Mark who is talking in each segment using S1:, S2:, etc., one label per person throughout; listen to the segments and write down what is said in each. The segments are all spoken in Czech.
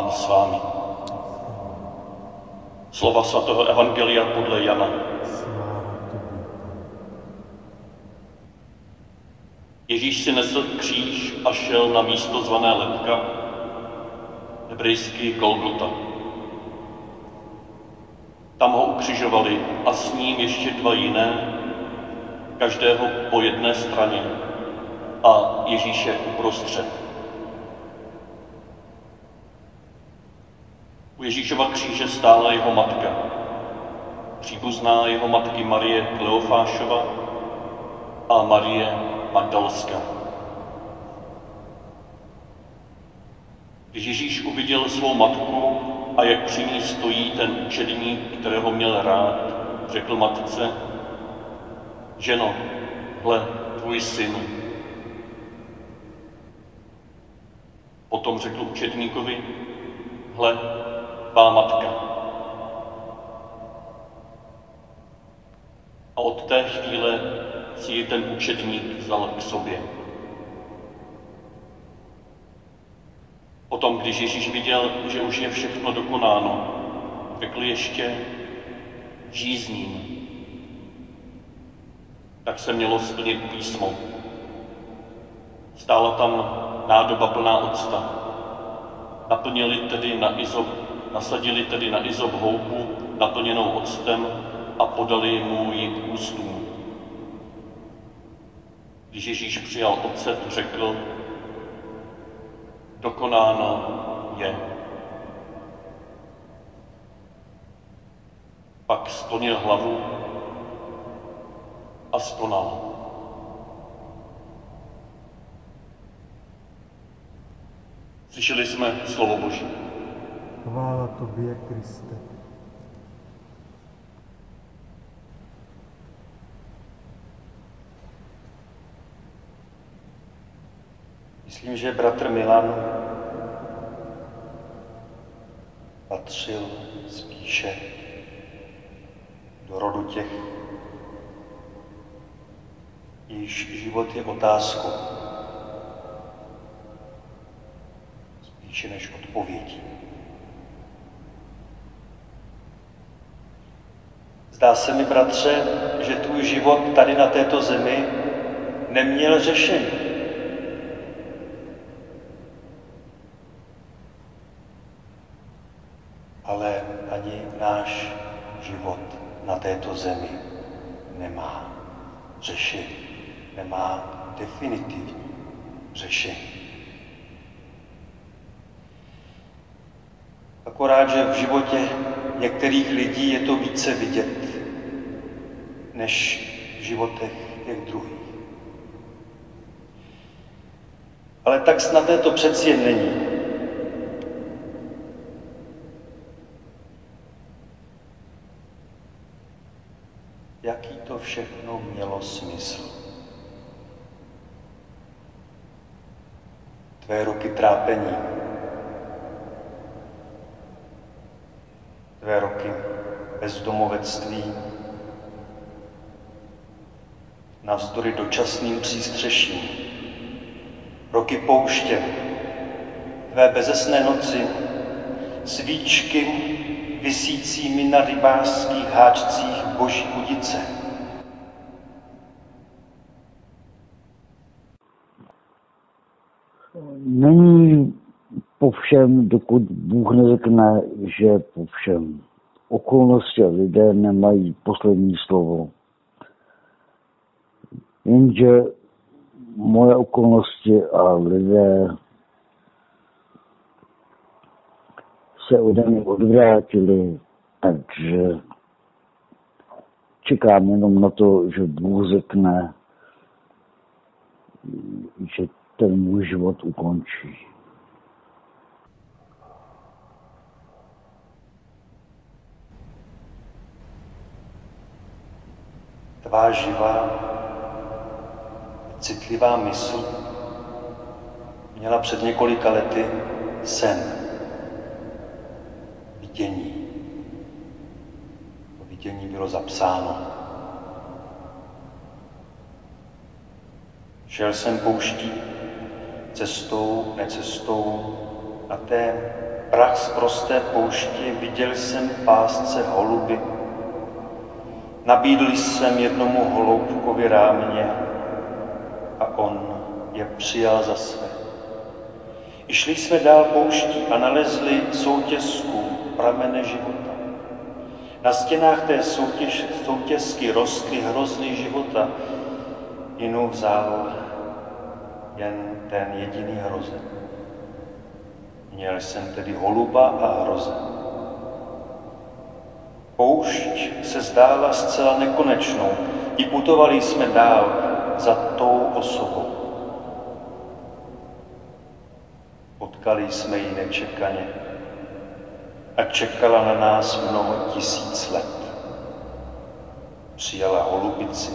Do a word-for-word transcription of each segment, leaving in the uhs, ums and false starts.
S1: Pán s vámi. Slova svatého evangelia podle Jana. Ježíš si nesl kříž a šel na místo zvané Lebka, hebrejsky Golgota. Tam ho ukřižovali a s ním ještě dva jiné, každého po jedné straně a Ježíše uprostřed. U Ježíšova kříže stála jeho matka, příbuzná jeho matky Marie Kleofášova a Marie Magdalská. Když Ježíš uviděl svou matku a jak při ní stojí ten učedník, kterého měl rád, řekl matce: ženo, hle, tvůj syn. Potom řekl učedníkovi: hle, tvá matka. A od té chvíle si ji ten učedník vzal k sobě. Potom, když Ježíš viděl, že už je všechno dokonáno, řekl ještě: žízním. Tak se mělo splnit písmo. Stála tam nádoba plná octa. Naplnili tedy na izop, nasadili tedy na izop houbu naplněnou octem a podali mu ji k ústům. Když Ježíš přijal ocet, řekl: dokonáno je. Pak sklonil hlavu a skonal. Slyšeli jsme slovo Boží.
S2: Chvála tobě, Kriste.
S3: Myslím, že bratr Milan patřil spíše do rodu těch, již život je otázkou, spíše než odpovědí. Zdá se mi, bratře, že tvůj život tady na této zemi neměl řešení. Ale ani náš život na této zemi nemá řešení, nemá definitivní řešení. Akorát, že v životě některých lidí je to více vidět, než v životech těch druhých. Ale tak snadné to přeci jen není. Jaký to všechno mělo smysl? Tvé roky trápení, tvé roky bezdomovectví, navzdory dočasným přístřeším, roky pouště, tvé bezesné noci, svíčky visícími na rybářských háčcích boží udice.
S4: Není po všem, dokud Bůh neřekne, že po všem. Okolnosti a lidé nemají poslední slovo. Jenže moje okolnosti a lidé se ode mě odvrátili, takže čekám jenom na to, že Bůh řekne, že ten můj život ukončí.
S3: Tvá živá, citlivá mysl měla před několika lety sen, vidění. To vidění bylo zapsáno. Šel jsem pouští, cestou, necestou, na té prach z prosté pouště, viděl jsem pásce holuby. Nabídl jsem jednomu holoubkovi rámě a on je přijal za své. I šli jsme dál pouští a nalezli soutězku pramene života. Na stěnách té soutěž, soutězky rostly hrozny života. Jinou vzal jen ten jediný hrozen. Měl jsem tedy holuba a hrozen. Poušť se zdála zcela nekonečnou. I putovali jsme dál za tou osobou. Potkali jsme ji nečekaně a čekala na nás mnoho tisíc let. Přijala holubici,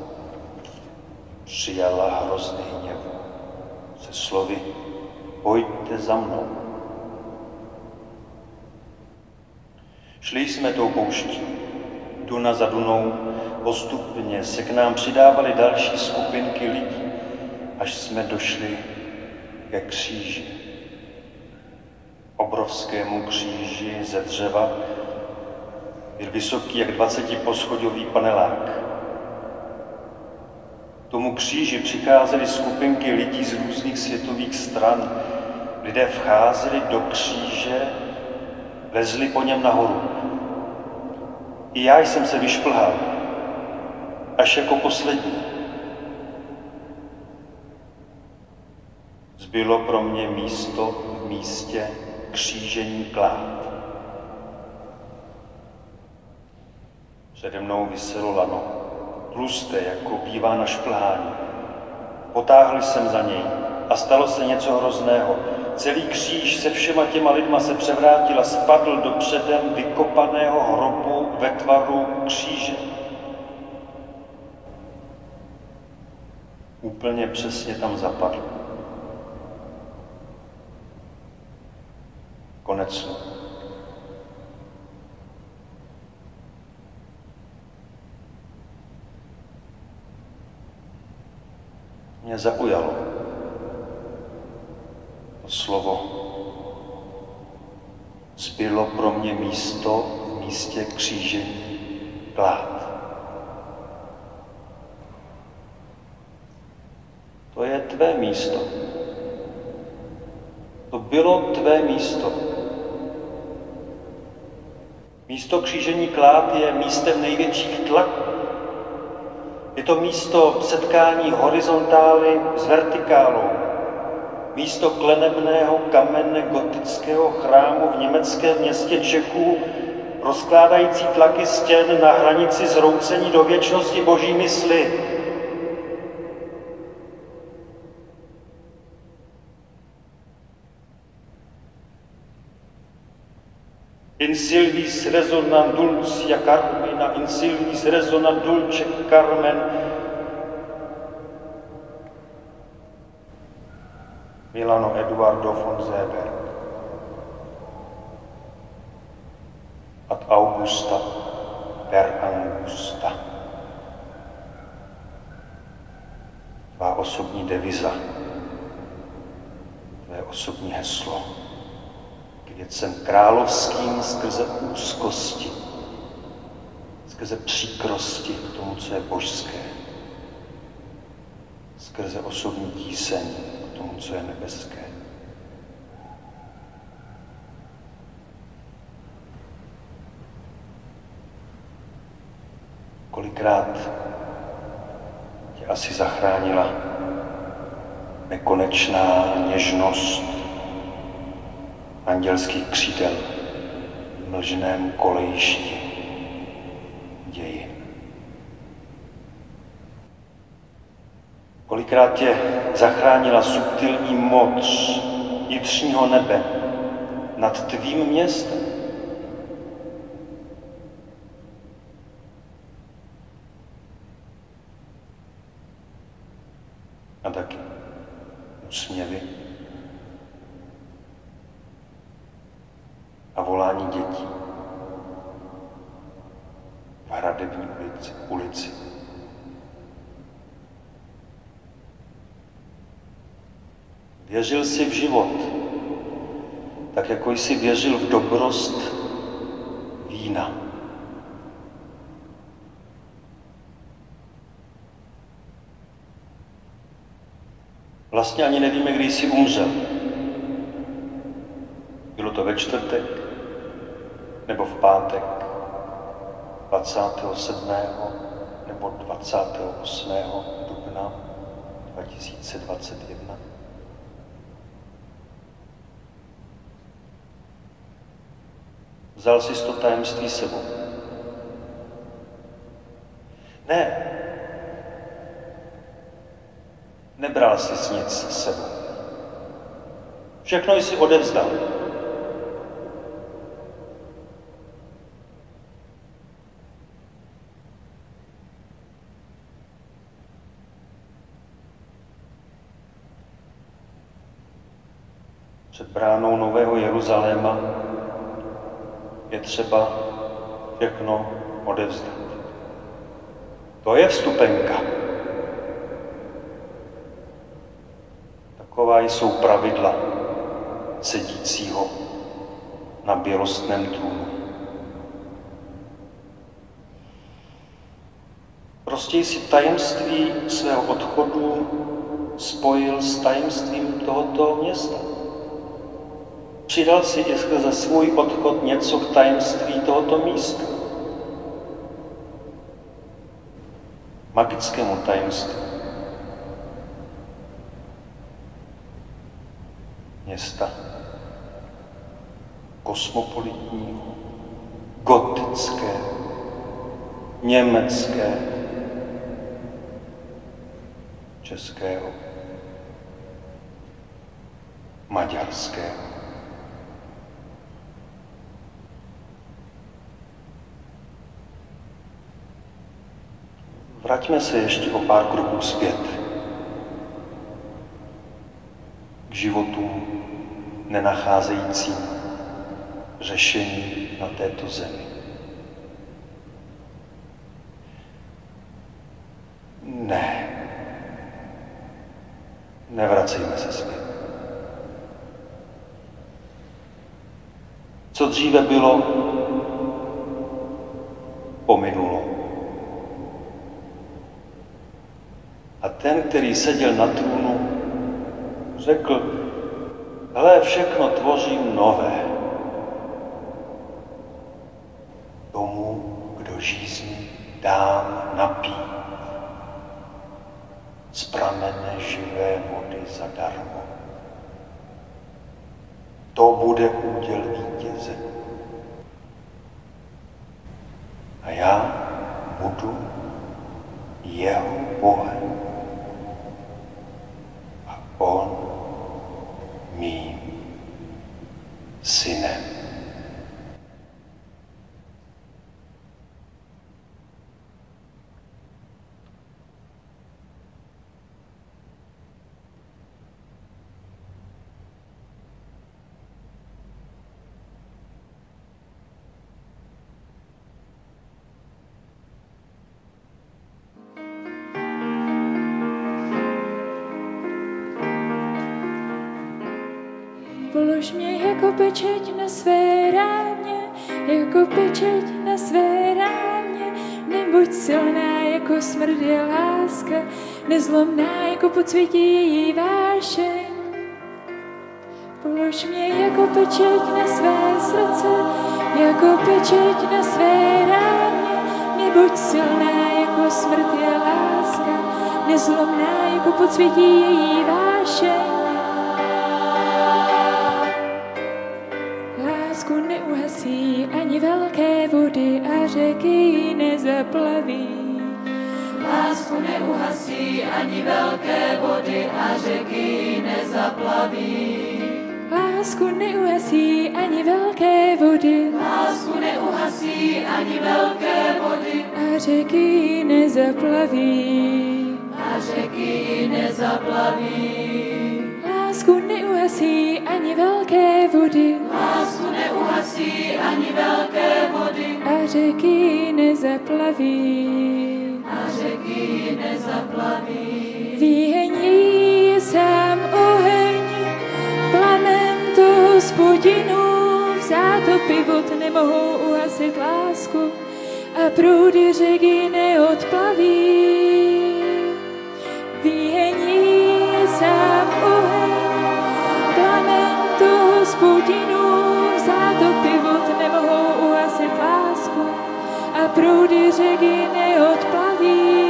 S3: přijala hrozný hněv se slovy: pojďte za mnou. Šli jsme tou pouští, duna za dunou, postupně se k nám přidávaly další skupinky lidí, až jsme došli ke kříži. Obrovskému kříži ze dřeva, byl vysoký jak dvacetiposchodový panelák. K tomu kříži přicházely skupinky lidí z různých světových stran. Lidé vcházeli do kříže, lezli po něm nahoru. I já jsem se vyšplhal, až jako poslední. Zbylo pro mě místo v místě křížení klád. Přede mnou viselo lano, tlusté, jako bývá na šplhání. Potáhl jsem za něj a stalo se něco hrozného. Celý kříž se všema těma lidma se převrátil a spadl do předem vykopaného hrobu ve tvaru kříže. Úplně přesně tam zapadl. Konec slov. Mě zaujalo to slovo. Zbylo pro mě místo v místě křížení klád. To je tvé místo. To bylo tvé místo. Místo křížení klád je místem největších tlaků. Je to místo setkání horizontály s vertikálou. Místo klenebného kamene gotického chrámu v německém městě Čechů, rozkládající tlaky stěn na hranici zroucení do věčnosti boží mysli. In silvis resonant dulcia carmina, in silvis resonant dulce carmen. Milano Eduardo von Seeberg. Ad Augusta per Angusta. Tvá osobní deviza, tvé osobní heslo. K věcem královským skrze úzkosti, skrze příkrosti k tomu, co je božské, skrze osobní tíseň k tomu, co je nebeské. Kolikrát tě asi zachránila nekonečná něžnost andělských křídel v mlžném kolejišti dějin. Kolikrát tě zachránila subtilní moc vnitřního nebe nad tvým městem. A taky úsměvy a volání dětí v hradební ulici. ulici. Věřil jsi v život, tak jako jsi věřil v dobrost vína. Vlastně ani nevíme, kdy jsi umřel. Bylo to ve čtvrtek nebo v pátek dvacátého sedmého nebo dvacátého osmého dubna dva tisíce dvacet jedna. Vzal jsi to tajemství sebou? Ne. Nebral jsi nic s sebou. Všechno jsi odevzdal. Před bránou Nového Jeruzaléma je třeba všechno odevzdat. To je vstupenka. Taková jsou pravidla sedícího na bělostném trůnu. Prostě jsi tajemství svého odchodu spojil s tajemstvím tohoto města. Přidal si i za svůj odchod něco k tajemství tohoto místa. Magickému tajemství města kosmopolitního, gotického, německého, českého, maďarského. Vraťme se ještě o pár kroků zpět k životům nenacházejícím řešení na této zemi. Ne. Nevracejme se zpět. Co dříve bylo, pominulo. A ten, který seděl na trůnu, řekl, hele, všechno tvořím nové. Tomu, kdo žízní, dám napít z pramene živé vody zadarmo. To bude úděl vítěze. A já budu jeho Bohem. A on mým synem.
S5: Polož mě jako pečeť na své rámě, jako pečeť na své rámě. Nebuď silná jako smrt je láska, nezlomná jako podsvětí její vášeň. Polož mě jako pečeť na své srdce, jako pečeť na své rámě. Nebuď silná jako smrt je láska, nezlomná jako podsvětí její vášeň. Lásku neuhasí ani velké vody a řeky ji nezaplaví.
S6: Lásku neuhasí ani velké vody a řeky ji nezaplaví.
S5: Lásku neuhasí ani velké vody.
S6: Lásku neuhasí ani velké vody
S5: a řeky ji nezaplaví.
S6: A řeky ji nezaplaví.
S5: Lásku neuhasí ani velké vody.
S6: Lásku neuhasí ani velké vody
S5: a řeky ji nezaplaví.
S6: A řeky ji nezaplaví.
S5: Výheň její je sám oheň, plamen to Hospodinu Zátopy vod nemohou uhasit lásku a proudy řeky neodplaví. Vyhení sám oheň, plamen tu hospodinu, zátopy vod nemohou uhasit lásku a proudy řeky neodplaví.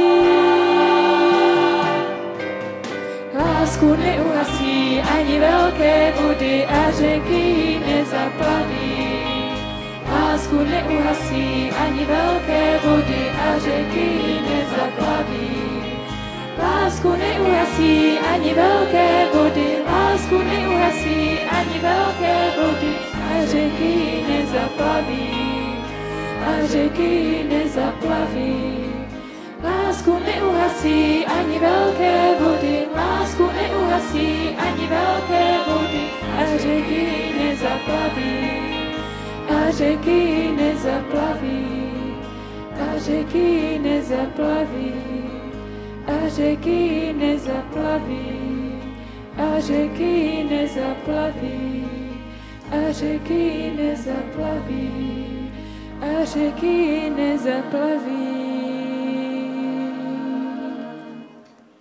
S5: Lásku neuhasí ani velké vody a řeky nezaplaví. Lásku neuhasí ani velké vody a řeky nezaplaví. Lásku neuhasí ani velké vody, lásku neuhasí ani velké vody a řeky nezaplaví. A řeky nezaplaví. Lásku neuhasí ani velké vody, lásku neuhasí ani velké vody a řeky nezaplaví. A řeky nezaplaví. A řeky nezaplaví. A řeky nezaplaví. A řeky nezaplaví. A řeky nezaplaví. A řeky nezaplaví.